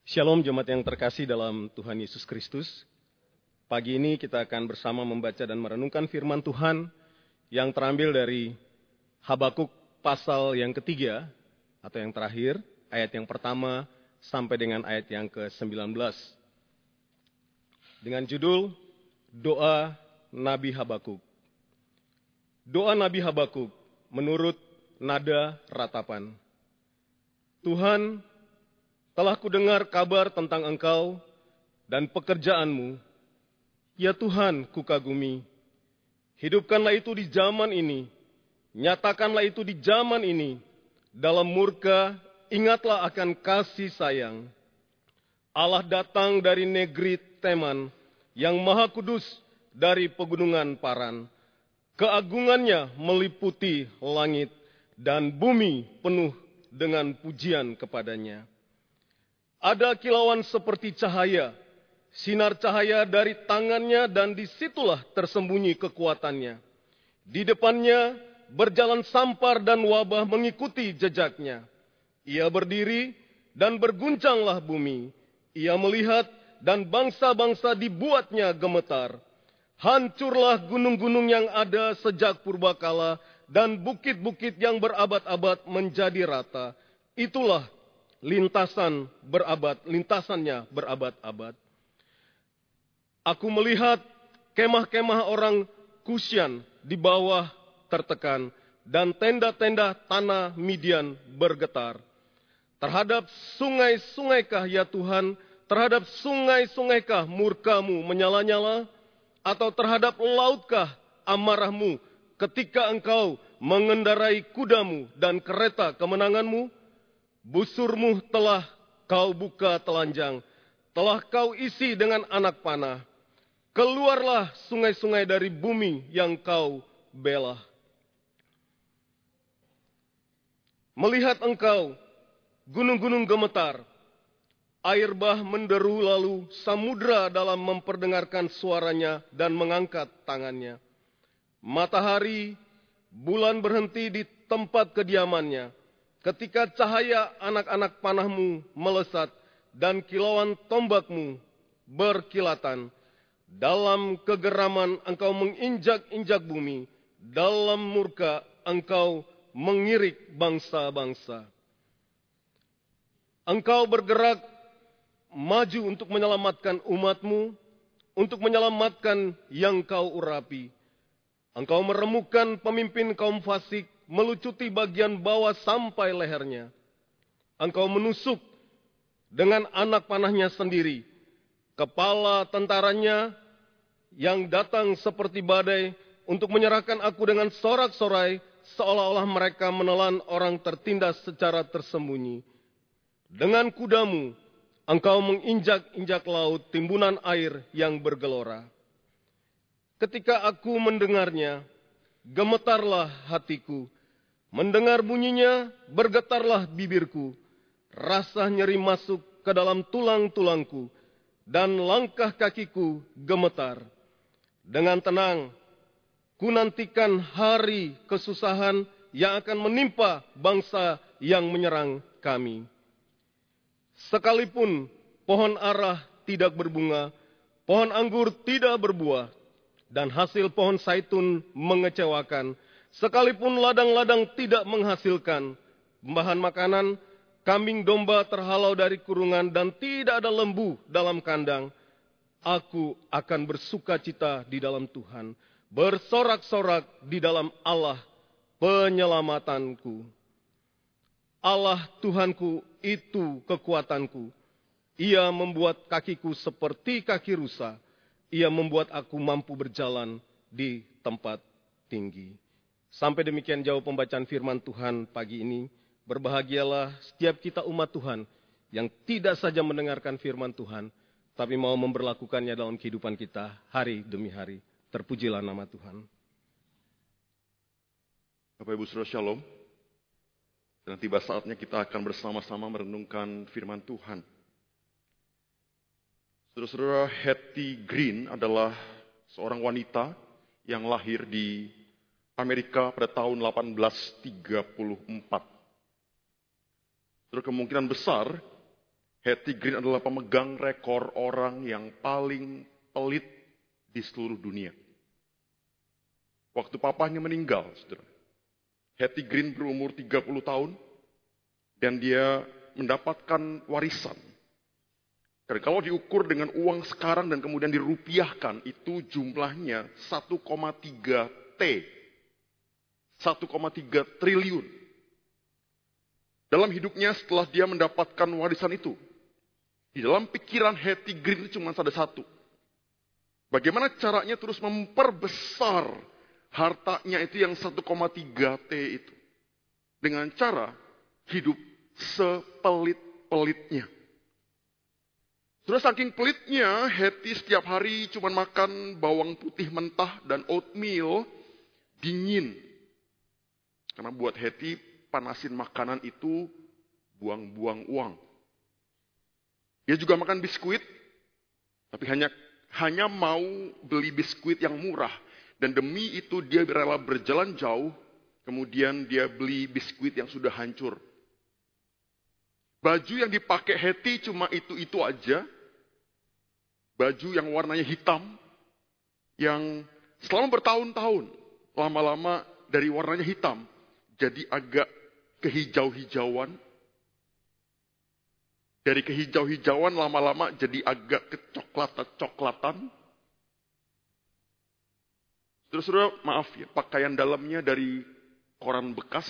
Shalom jemaat yang terkasih dalam Tuhan Yesus Kristus. Pagi ini kita akan bersama membaca dan merenungkan firman Tuhan yang terambil dari Habakuk pasal yang ketiga atau yang terakhir, ayat yang pertama sampai dengan ayat yang ke-19. Dengan judul Doa Nabi Habakuk. Doa Nabi Habakuk menurut nada ratapan. Tuhan, telah kudengar kabar tentang Engkau dan pekerjaanmu. Ya Tuhan, kukagumi. Hidupkanlah itu di zaman ini. Nyatakanlah itu di zaman ini. Dalam murka, ingatlah akan kasih sayang. Allah datang dari negeri Teman, yang maha kudus dari pegunungan Paran. Keagungannya meliputi langit, dan bumi penuh dengan pujian kepadanya. Ada kilauan seperti cahaya, sinar cahaya dari tangannya dan disitulah tersembunyi kekuatannya. Di depannya berjalan sampar dan wabah mengikuti jejaknya. Ia berdiri dan berguncanglah bumi. Ia melihat dan bangsa-bangsa dibuatnya gemetar. Hancurlah gunung-gunung yang ada sejak purbakala dan bukit-bukit yang berabad-abad menjadi rata. Itulah lintasannya berabad-abad. Aku melihat kemah-kemah orang Kusyan di bawah tertekan dan tenda-tenda tanah Midian bergetar. Terhadap sungai-sungaikah ya Tuhan, terhadap sungai-sungaikah murka-Mu menyala-nyala, atau terhadap lautkah amarah-Mu ketika Engkau mengendarai kuda-Mu dan kereta kemenangan-Mu? Busurmu telah kau buka telanjang, telah kau isi dengan anak panah. Keluarlah sungai-sungai dari bumi yang kau belah. Melihat engkau, gunung-gunung gemetar, air bah menderu lalu samudra dalam memperdengarkan suaranya dan mengangkat tangannya. Matahari, bulan berhenti di tempat kediamannya. Ketika cahaya anak-anak panahmu melesat dan kilauan tombakmu berkilatan, dalam kegeraman engkau menginjak-injak bumi, dalam murka engkau mengirik bangsa-bangsa. Engkau bergerak maju untuk menyelamatkan umatmu, untuk menyelamatkan yang kau urapi. Engkau meremukkan pemimpin kaum fasik, melucuti bagian bawah sampai lehernya. Engkau menusuk dengan anak panahnya sendiri, kepala tentaranya yang datang seperti badai untuk menyerahkan aku dengan sorak-sorai, seolah-olah mereka menelan orang tertindas secara tersembunyi. Dengan kudamu, engkau menginjak-injak laut, timbunan air yang bergelora. Ketika aku mendengarnya, gemetarlah hatiku. Mendengar bunyinya, bergetarlah bibirku. Rasa nyeri masuk ke dalam tulang-tulangku, dan langkah kakiku gemetar. Dengan tenang, ku nantikan hari kesusahan yang akan menimpa bangsa yang menyerang kami. Sekalipun pohon ara tidak berbunga, pohon anggur tidak berbuah, dan hasil pohon zaitun mengecewakan, sekalipun ladang-ladang tidak menghasilkan bahan makanan, kambing domba terhalau dari kurungan dan tidak ada lembu dalam kandang, aku akan bersukacita di dalam Tuhan, bersorak-sorak di dalam Allah penyelamatanku. Allah Tuhanku itu kekuatanku. Ia membuat kakiku seperti kaki rusa. Ia membuat aku mampu berjalan di tempat tinggi. Sampai demikian jauh pembacaan firman Tuhan pagi ini. Berbahagialah setiap kita umat Tuhan yang tidak saja mendengarkan firman Tuhan, tapi mau memberlakukannya dalam kehidupan kita hari demi hari. Terpujilah nama Tuhan. Bapak Ibu Saudara Shalom. Dan tiba saatnya kita akan bersama-sama merenungkan firman Tuhan. Saudara-saudara, Hattie Green adalah seorang wanita yang lahir di Amerika pada tahun 1834. Saudara, kemungkinan besar Hetty Green adalah pemegang rekor orang yang paling pelit di seluruh dunia. Waktu papahnya meninggal, saudara, Hetty Green berumur 30 tahun dan dia mendapatkan warisan. Dan kalau diukur dengan uang sekarang dan kemudian dirupiahkan, itu jumlahnya 1,3 T. 1,3 triliun. Dalam hidupnya setelah dia mendapatkan warisan itu, di dalam pikiran Hetty Green itu cuma ada satu. Bagaimana caranya terus memperbesar hartanya itu yang 1,3 T itu. Dengan cara hidup sepelit-pelitnya. Sudah saking pelitnya, Hetty setiap hari cuma makan bawang putih mentah dan oatmeal dingin. Karena buat Hetty, panasin makanan itu buang-buang uang. Dia juga makan biskuit, tapi hanya mau beli biskuit yang murah. Dan demi itu dia rela berjalan jauh, kemudian dia beli biskuit yang sudah hancur. Baju yang dipakai Hetty cuma itu aja. Baju yang warnanya hitam, yang selama bertahun-tahun, lama-lama dari warnanya hitam, jadi agak kehijau-hijauan. Dari kehijau-hijauan lama-lama jadi agak kecoklatan-coklatan. Saudara-saudara, maaf ya, pakaian dalamnya dari koran bekas.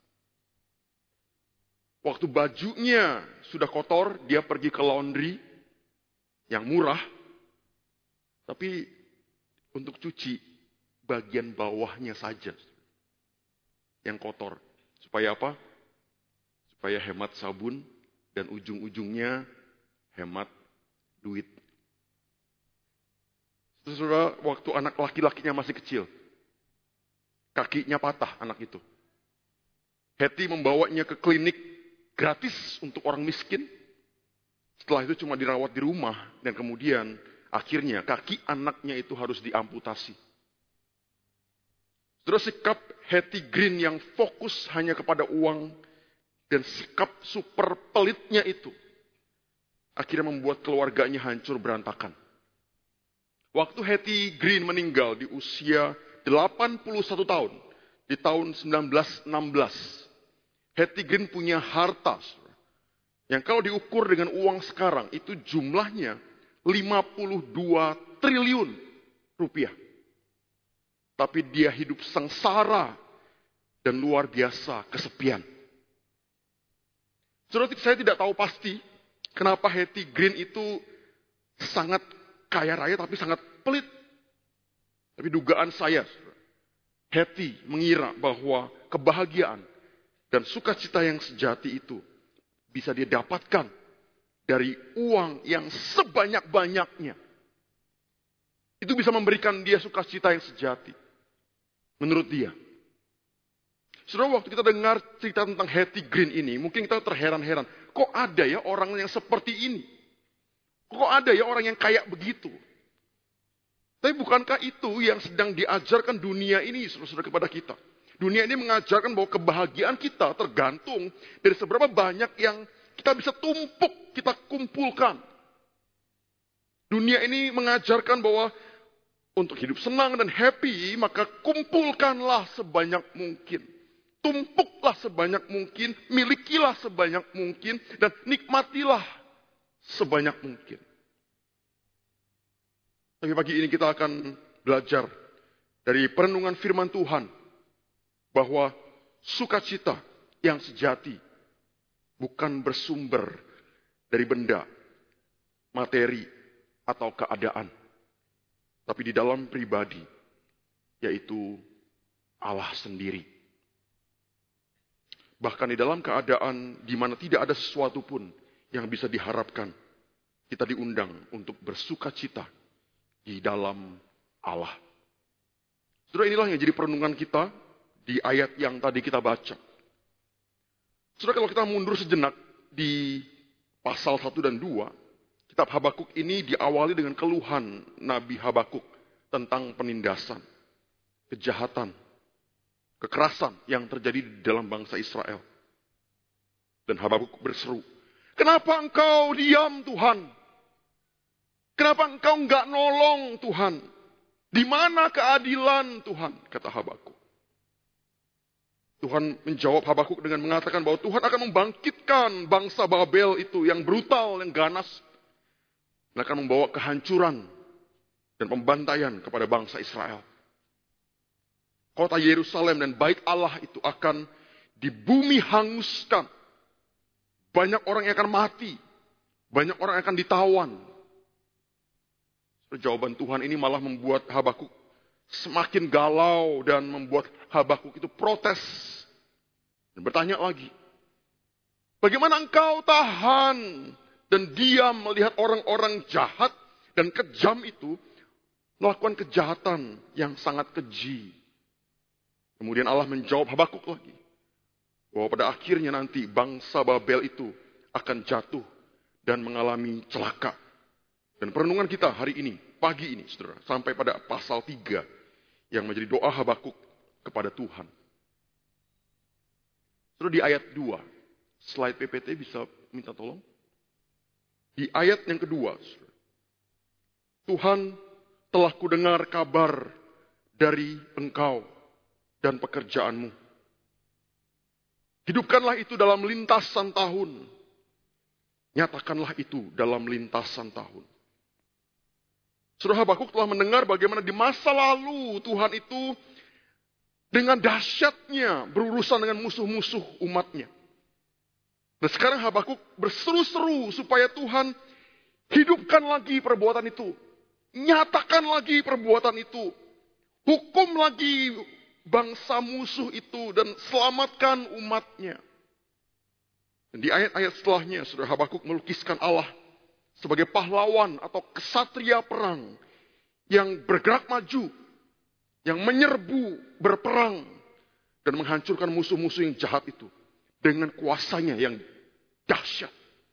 Waktu bajunya sudah kotor, dia pergi ke laundry yang murah. Tapi untuk cuci bagian bawahnya saja yang kotor. Supaya apa? Supaya hemat sabun dan ujung-ujungnya hemat duit. Saudara, waktu anak laki-lakinya masih kecil, kakinya patah anak itu. Hetty membawanya ke klinik gratis untuk orang miskin. Setelah itu cuma dirawat di rumah dan kemudian akhirnya kaki anaknya itu harus diamputasi. Terus sikap Hetty Green yang fokus hanya kepada uang dan sikap super pelitnya itu akhirnya membuat keluarganya hancur berantakan. Waktu Hetty Green meninggal di usia 81 tahun, di tahun 1916, Hetty Green punya harta yang kalau diukur dengan uang sekarang itu jumlahnya 52 triliun rupiah. Tapi dia hidup sengsara dan luar biasa kesepian. Saudara, saya tidak tahu pasti kenapa Hetty Green itu sangat kaya raya tapi sangat pelit. Tapi dugaan saya, Hetty mengira bahwa kebahagiaan dan sukacita yang sejati itu bisa dia dapatkan dari uang yang sebanyak-banyaknya. Itu bisa memberikan dia sukacita yang sejati. Menurut dia. Saudara, waktu kita dengar cerita tentang Hetty Green ini, mungkin kita terheran-heran. Kok ada ya orang yang seperti ini? Kok ada ya orang yang kayak begitu? Tapi bukankah itu yang sedang diajarkan dunia ini, saudara-saudara, kepada kita? Dunia ini mengajarkan bahwa kebahagiaan kita tergantung dari seberapa banyak yang kita bisa tumpuk, kita kumpulkan. Dunia ini mengajarkan bahwa untuk hidup senang dan happy, maka kumpulkanlah sebanyak mungkin. Tumpuklah sebanyak mungkin, milikilah sebanyak mungkin, dan nikmatilah sebanyak mungkin. Tapi pagi ini kita akan belajar dari perenungan firman Tuhan, bahwa sukacita yang sejati bukan bersumber dari benda, materi, atau keadaan. Tapi di dalam pribadi, yaitu Allah sendiri. Bahkan di dalam keadaan di mana tidak ada sesuatu pun yang bisa diharapkan, kita diundang untuk bersukacita di dalam Allah. Saudara, inilah yang jadi perenungan kita di ayat yang tadi kita baca. Saudara, kalau kita mundur sejenak di pasal 1 dan 2, kitab Habakuk ini diawali dengan keluhan Nabi Habakuk tentang penindasan, kejahatan, kekerasan yang terjadi di dalam bangsa Israel. Dan Habakuk berseru, Kenapa engkau diam Tuhan? Kenapa engkau enggak nolong Tuhan? Di mana keadilan Tuhan? Kata Habakuk. Tuhan menjawab Habakuk dengan mengatakan bahwa Tuhan akan membangkitkan bangsa Babel itu yang brutal, yang ganas. Dan akan membawa kehancuran dan pembantaian kepada bangsa Israel. Kota Yerusalem dan bait Allah itu akan di bumi hanguskan. Banyak orang yang akan mati. Banyak orang yang akan ditawan. Jawaban Tuhan ini malah membuat Habakuk semakin galau dan membuat Habakuk itu protes. Dan bertanya lagi, bagaimana engkau tahan dan diam melihat orang-orang jahat dan kejam itu melakukan kejahatan yang sangat keji? Kemudian Allah menjawab Habakuk lagi, bahwa pada akhirnya nanti bangsa Babel itu akan jatuh dan mengalami celaka. Dan perenungan kita hari ini, pagi ini, saudara, sampai pada pasal 3 yang menjadi doa Habakuk kepada Tuhan. Saudara, di ayat 2, slide PPT bisa minta tolong. Di ayat yang kedua, saudara, Tuhan telah kudengar kabar dari engkau dan pekerjaanmu. Hidupkanlah itu dalam lintasan tahun. Nyatakanlah itu dalam lintasan tahun. Saudara, Habakuk telah mendengar bagaimana di masa lalu Tuhan itu dengan dahsyatnya berurusan dengan musuh-musuh umatnya. Dan sekarang Habakuk berseru-seru supaya Tuhan hidupkan lagi perbuatan itu. Nyatakan lagi perbuatan itu. Hukum lagi bangsa musuh itu dan selamatkan umatnya. Dan di ayat-ayat setelahnya, saudara, Habakuk melukiskan Allah sebagai pahlawan atau kesatria perang yang bergerak maju, yang menyerbu, berperang, dan menghancurkan musuh-musuh yang jahat itu dengan kuasanya yang dahsyat.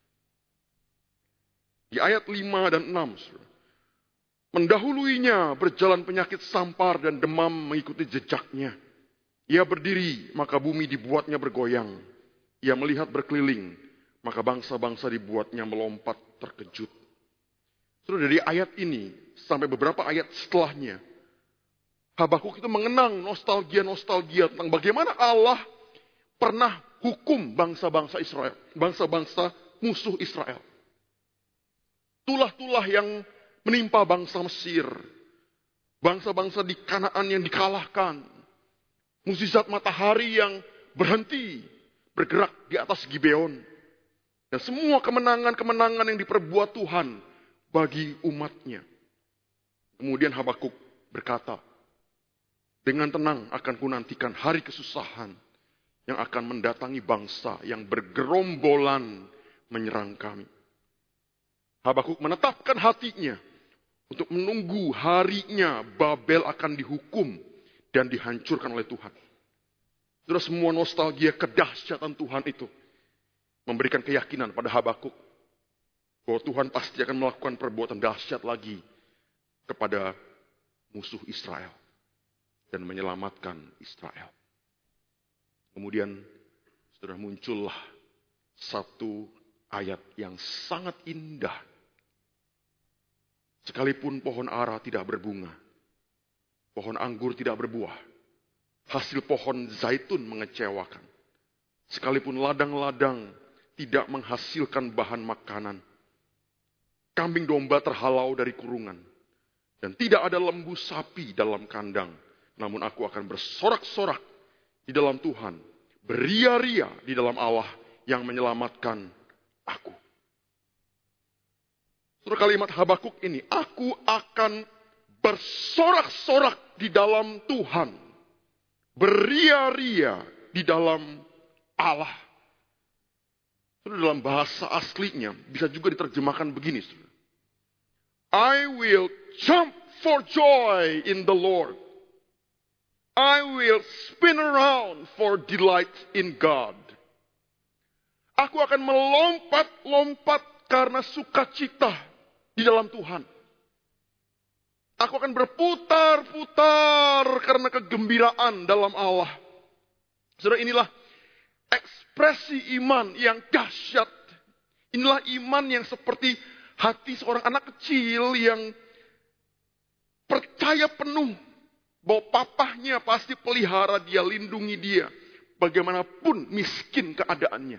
Di ayat 5 dan 6, mendahuluinya berjalan penyakit sampar dan demam mengikuti jejaknya. Ia berdiri, maka bumi dibuatnya bergoyang. Ia melihat berkeliling, maka bangsa-bangsa dibuatnya melompat terkejut. Saudara, dari ayat ini sampai beberapa ayat setelahnya, Habakuk itu mengenang nostalgia-nostalgia tentang bagaimana Allah pernah hukum bangsa-bangsa Israel, bangsa-bangsa musuh Israel. Tulah-tulah yang menimpa bangsa Mesir, bangsa-bangsa di Kanaan yang dikalahkan, mukjizat matahari yang berhenti bergerak di atas Gibeon. Dan semua kemenangan-kemenangan yang diperbuat Tuhan bagi umatnya. Kemudian Habakuk berkata, dengan tenang akan kunantikan hari kesusahan yang akan mendatangi bangsa yang bergerombolan menyerang kami. Habakuk menetapkan hatinya untuk menunggu harinya Babel akan dihukum dan dihancurkan oleh Tuhan. Terus semua nostalgia kedahsyatan Tuhan itu memberikan keyakinan pada Habakuk bahwa Tuhan pasti akan melakukan perbuatan dahsyat lagi kepada musuh Israel dan menyelamatkan Israel. Kemudian sudah muncullah satu ayat yang sangat indah. Sekalipun pohon ara tidak berbunga, pohon anggur tidak berbuah, hasil pohon zaitun mengecewakan. Sekalipun ladang-ladang tidak menghasilkan bahan makanan, kambing domba terhalau dari kurungan, dan tidak ada lembu sapi dalam kandang. Namun aku akan bersorak-sorak di dalam Tuhan, beria-ria di dalam Allah yang menyelamatkan aku. Surah kalimat Habakuk ini, aku akan bersorak-sorak di dalam Tuhan, beria-ria di dalam Allah. Dalam bahasa aslinya bisa juga diterjemahkan begini. I will jump for joy in the Lord. I will spin around for delight in God. Aku akan melompat-lompat karena sukacita di dalam Tuhan. Aku akan berputar-putar karena kegembiraan dalam Allah. Saudara, inilah ekspresi iman yang dahsyat Inilah iman yang seperti hati seorang anak kecil yang percaya penuh bahwa papahnya pasti pelihara dia, lindungi dia. Bagaimanapun miskin keadaannya.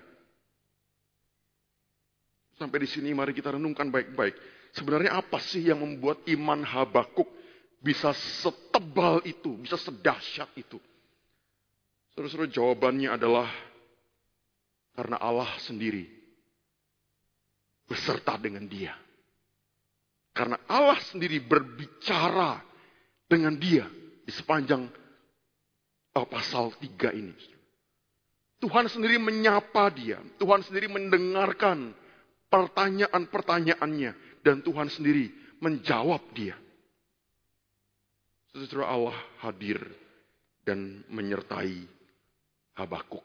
Sampai di sini mari kita renungkan baik-baik. Sebenarnya apa sih yang membuat iman Habakuk bisa setebal itu, bisa sedahsyat itu? Saudara-saudara, jawabannya adalah karena Allah sendiri beserta dengan dia. Karena Allah sendiri berbicara dengan dia di sepanjang pasal 3 ini. Tuhan sendiri menyapa dia. Tuhan sendiri mendengarkan pertanyaan-pertanyaannya. Dan Tuhan sendiri menjawab dia. Saudara, Allah hadir dan menyertai Habakuk.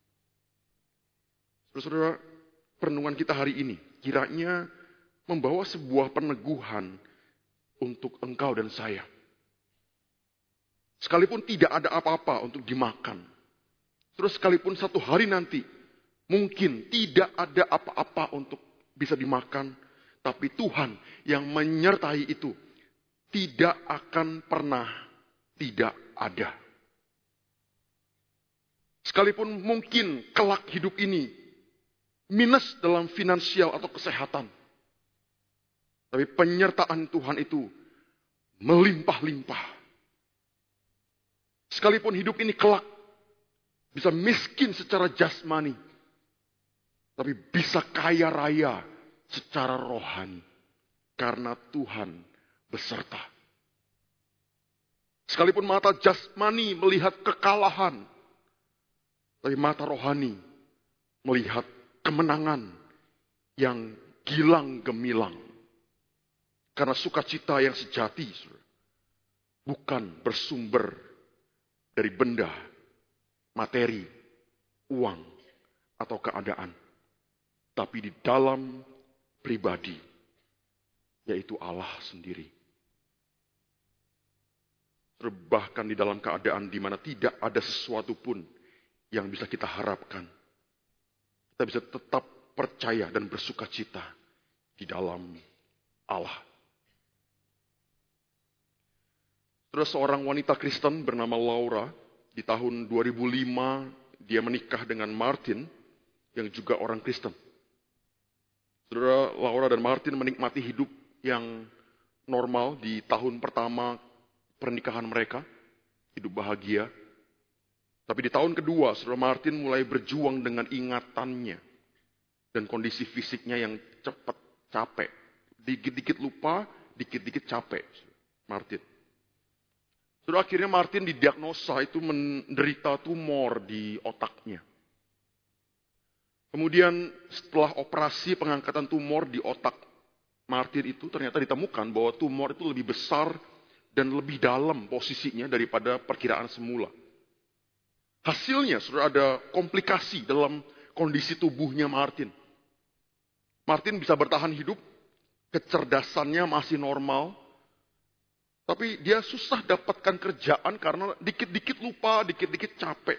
Saudara, perenungan kita hari ini kiranya membawa sebuah peneguhan untuk engkau dan saya. Sekalipun tidak ada apa-apa untuk dimakan. Terus sekalipun satu hari nanti mungkin tidak ada apa-apa untuk bisa dimakan. Tapi Tuhan yang menyertai itu tidak akan pernah tidak ada. Sekalipun mungkin kelak hidup ini minus dalam finansial atau kesehatan. Tapi penyertaan Tuhan itu melimpah-limpah. Sekalipun hidup ini kelak bisa miskin secara jasmani. Tapi bisa kaya raya secara rohani. Karena Tuhan beserta. Sekalipun mata jasmani melihat kekalahan. Tapi mata rohani melihat kemenangan yang gilang gemilang. Karena sukacita yang sejati bukan bersumber dari benda, materi, uang, atau keadaan. Tapi di dalam pribadi, yaitu Allah sendiri. Bahkan di dalam keadaan di mana tidak ada sesuatu pun yang bisa kita harapkan. Kita bisa tetap percaya dan bersukacita di dalam Allah. Terus seorang wanita Kristen bernama Laura, di tahun 2005 dia menikah dengan Martin, yang juga orang Kristen. Saudara, Laura dan Martin menikmati hidup yang normal di tahun pertama pernikahan mereka, hidup bahagia. Tapi di tahun kedua, saudara, Martin mulai berjuang dengan ingatannya dan kondisi fisiknya yang cepat capek. Dikit-dikit lupa, dikit-dikit capek, Martin. Saudara, akhirnya Martin didiagnosa itu menderita tumor di otaknya. Kemudian setelah operasi pengangkatan tumor di otak Martin itu ternyata ditemukan bahwa tumor itu lebih besar dan lebih dalam posisinya daripada perkiraan semula. Hasilnya sudah ada komplikasi dalam kondisi tubuhnya Martin. Martin bisa bertahan hidup, kecerdasannya masih normal, tapi dia susah dapatkan kerjaan karena dikit-dikit lupa, dikit-dikit capek.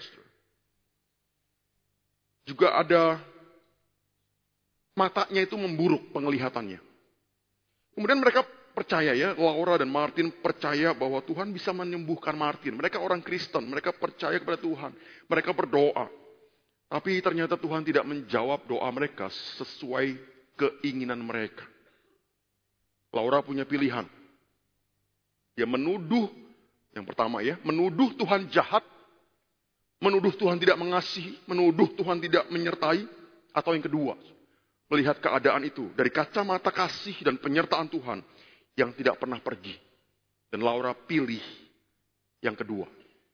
Juga ada matanya itu memburuk penglihatannya. Kemudian mereka percaya ya, Laura dan Martin percaya bahwa Tuhan bisa menyembuhkan Martin. Mereka orang Kristen, mereka percaya kepada Tuhan. Mereka berdoa. Tapi ternyata Tuhan tidak menjawab doa mereka sesuai keinginan mereka. Laura punya pilihan. Dia menuduh, yang pertama ya, menuduh Tuhan jahat, menuduh Tuhan tidak mengasihi, menuduh Tuhan tidak menyertai, atau yang kedua, melihat keadaan itu dari kacamata kasih dan penyertaan Tuhan yang tidak pernah pergi. Dan Laura pilih yang kedua.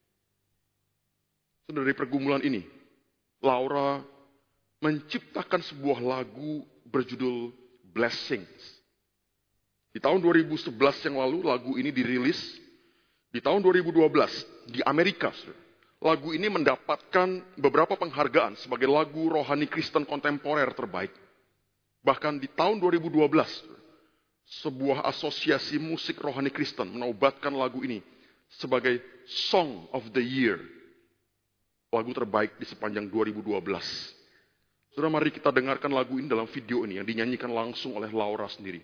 Dari pergumulan ini, Laura menciptakan sebuah lagu berjudul Blessings. Di tahun 2011 yang lalu, lagu ini dirilis. Di tahun 2012, di Amerika, lagu ini mendapatkan beberapa penghargaan sebagai lagu rohani Kristen kontemporer terbaik. Bahkan di tahun 2012, sebuah asosiasi musik rohani Kristen menobatkan lagu ini sebagai Song of the Year. Lagu terbaik di sepanjang 2012. Saudara, mari kita dengarkan lagu ini dalam video ini yang dinyanyikan langsung oleh Laura sendiri.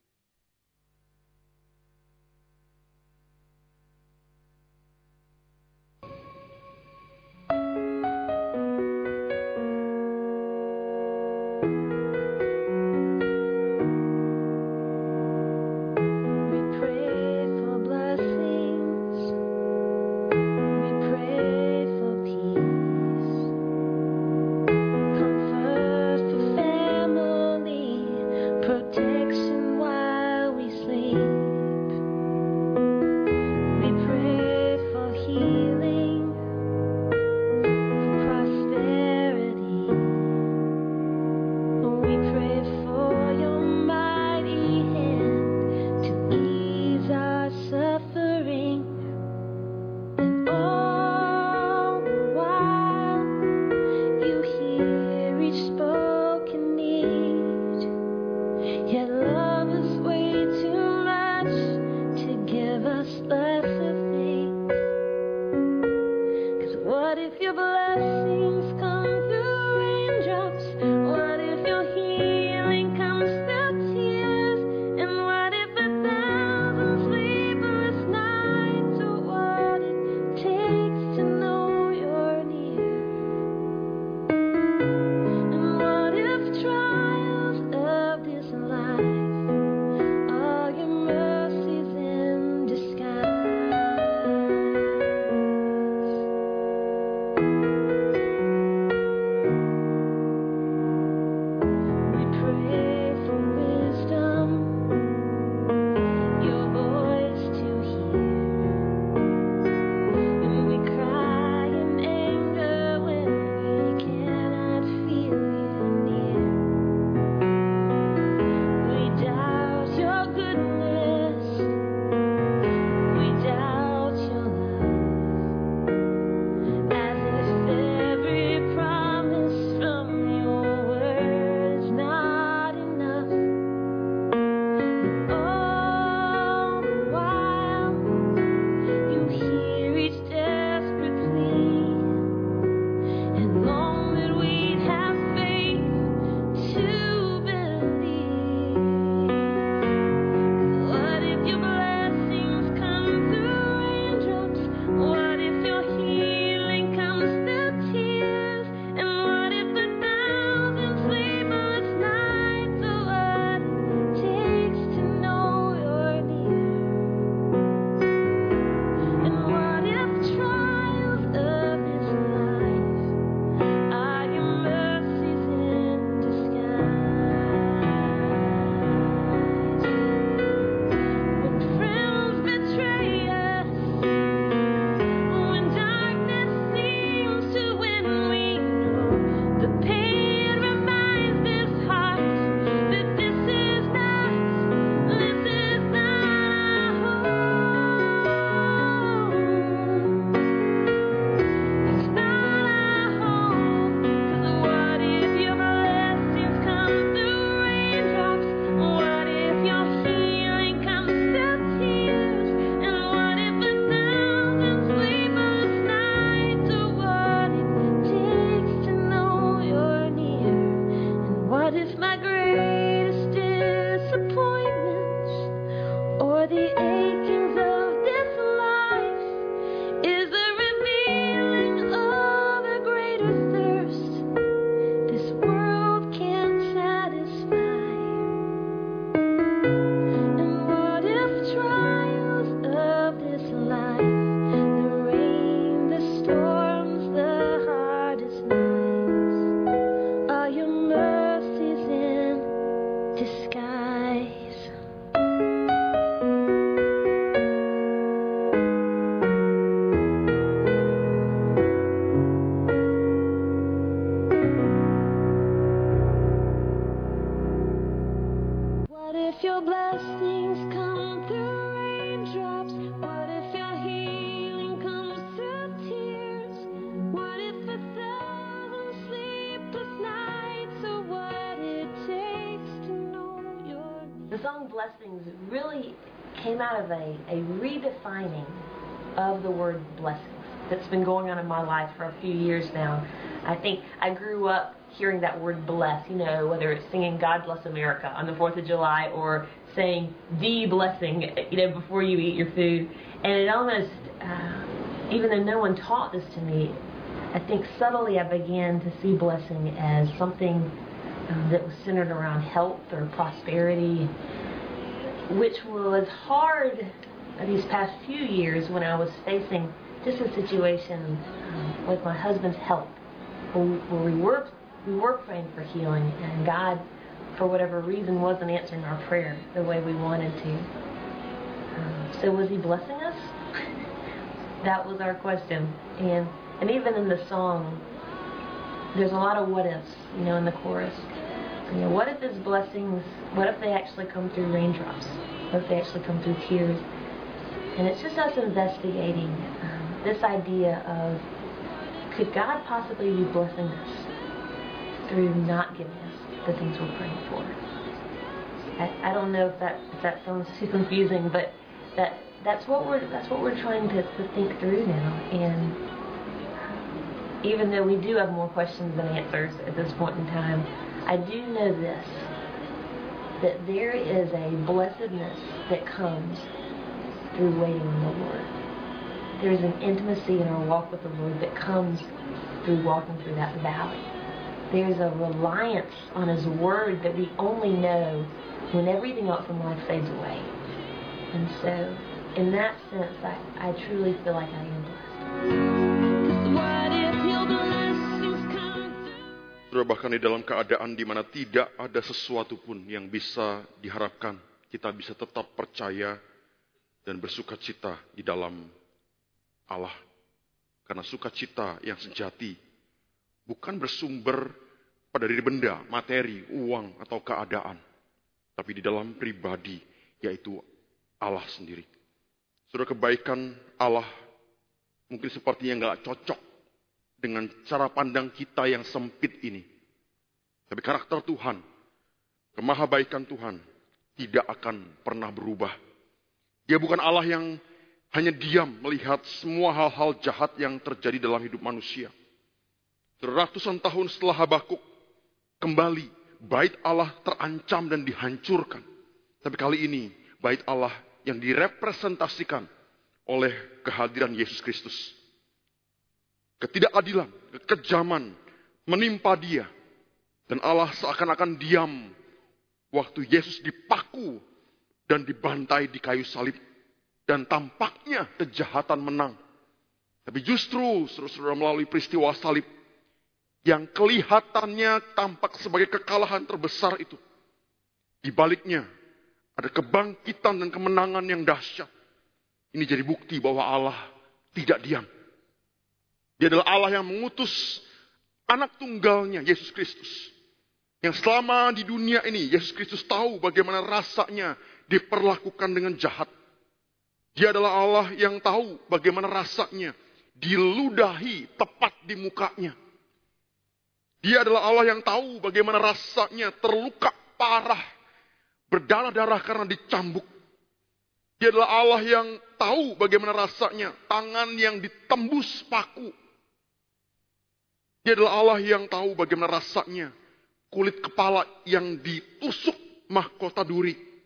The song Blessings really came out of a redefining of the word blessings that's been going on in my life for a few years now. I think I grew up hearing that word bless, whether it's singing God Bless America on the 4th of July or saying the blessing, before you eat your food. And it almost, even though no one taught this to me, I think subtly I began to see blessing as something that was centered around health or prosperity, which was hard these past few years when I was facing just a situation with my husband's health, where we were praying for healing, and God, for whatever reason, wasn't answering our prayer the way we wanted to. So was He blessing us? That was our question. And even in the song, there's a lot of what ifs, in the chorus. What if His blessings, what if they actually come through raindrops? What if they actually come through tears? And it's just us investigating this idea of, could God possibly be blessing us through not giving us the things we're praying for? I don't know if that sounds too confusing, but that's what we're trying to think through now. And even though we do have more questions than answers at this point in time, I do know this, that there is a blessedness that comes through waiting on the Lord. There's an intimacy in our walk with the Lord that comes through walking through that valley. There's a reliance on His Word that we only know when everything else in life fades away. And so, in that sense, I truly feel like I am blessed. Saudara, bahkan di dalam keadaan di mana tidak ada sesuatu pun yang bisa diharapkan, kita bisa tetap percaya dan bersukacita di dalam Allah. Karena sukacita yang sejati bukan bersumber pada diri benda, materi, uang, atau keadaan. Tapi di dalam pribadi, yaitu Allah sendiri. Saudara, kebaikan Allah mungkin sepertinya nggak cocok dengan cara pandang kita yang sempit ini. Tapi karakter Tuhan, kemahabaikan Tuhan tidak akan pernah berubah. Dia bukan Allah yang hanya diam melihat semua hal-hal jahat yang terjadi dalam hidup manusia. Ratusan tahun setelah Habakuk, kembali bait Allah terancam dan dihancurkan. Tapi kali ini bait Allah yang direpresentasikan oleh kehadiran Yesus Kristus. Ketidakadilan, kekejaman menimpa dia. Dan Allah seakan-akan diam waktu Yesus dipaku dan dibantai di kayu salib. Dan tampaknya kejahatan menang. Tapi justru saudara-saudara, melalui peristiwa salib yang kelihatannya tampak sebagai kekalahan terbesar itu, di baliknya ada kebangkitan dan kemenangan yang dahsyat. Ini jadi bukti bahwa Allah tidak diam. Dia adalah Allah yang mengutus anak tunggalnya, Yesus Kristus. Yang selama di dunia ini, Yesus Kristus tahu bagaimana rasanya diperlakukan dengan jahat. Dia adalah Allah yang tahu bagaimana rasanya diludahi tepat di mukanya. Dia adalah Allah yang tahu bagaimana rasanya terluka parah, berdarah-darah karena dicambuk. Dia adalah Allah yang tahu bagaimana rasanya tangan yang ditembus paku. Dia adalah Allah yang tahu bagaimana rasanya kulit kepala yang ditusuk mahkota duri.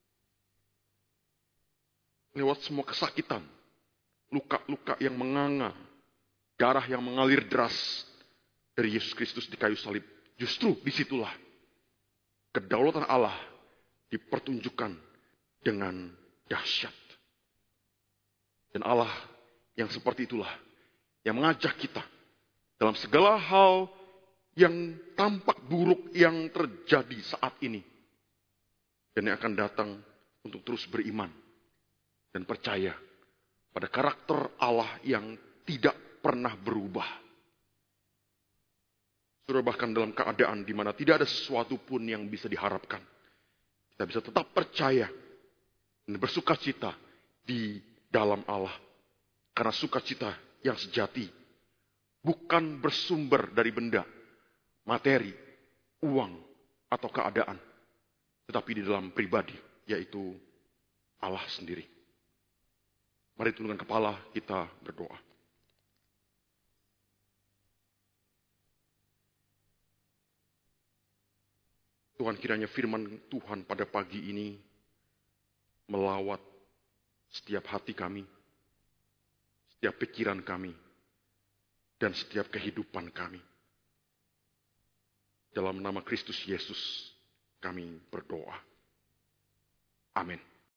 Lewat semua kesakitan, luka-luka yang menganga, darah yang mengalir deras dari Yesus Kristus di kayu salib. Justru disitulah kedaulatan Allah dipertunjukkan dengan dahsyat. Dan Allah yang seperti itulah yang mengajak kita dalam segala hal yang tampak buruk yang terjadi saat ini. Dan yang akan datang untuk terus beriman dan percaya pada karakter Allah yang tidak pernah berubah. Saudara, bahkan dalam keadaan di mana tidak ada sesuatu pun yang bisa diharapkan, kita bisa tetap percaya dan bersukacita di dalam Allah. Karena sukacita yang sejati bukan bersumber dari benda, materi, uang, atau keadaan. Tetapi di dalam pribadi, yaitu Allah sendiri. Mari tundukkan kepala, kita berdoa. Tuhan, kiranya firman Tuhan pada pagi ini melawat setiap hati kami, setiap pikiran kami, dan setiap kehidupan kami. Dalam nama Kristus Yesus kami berdoa. Amin.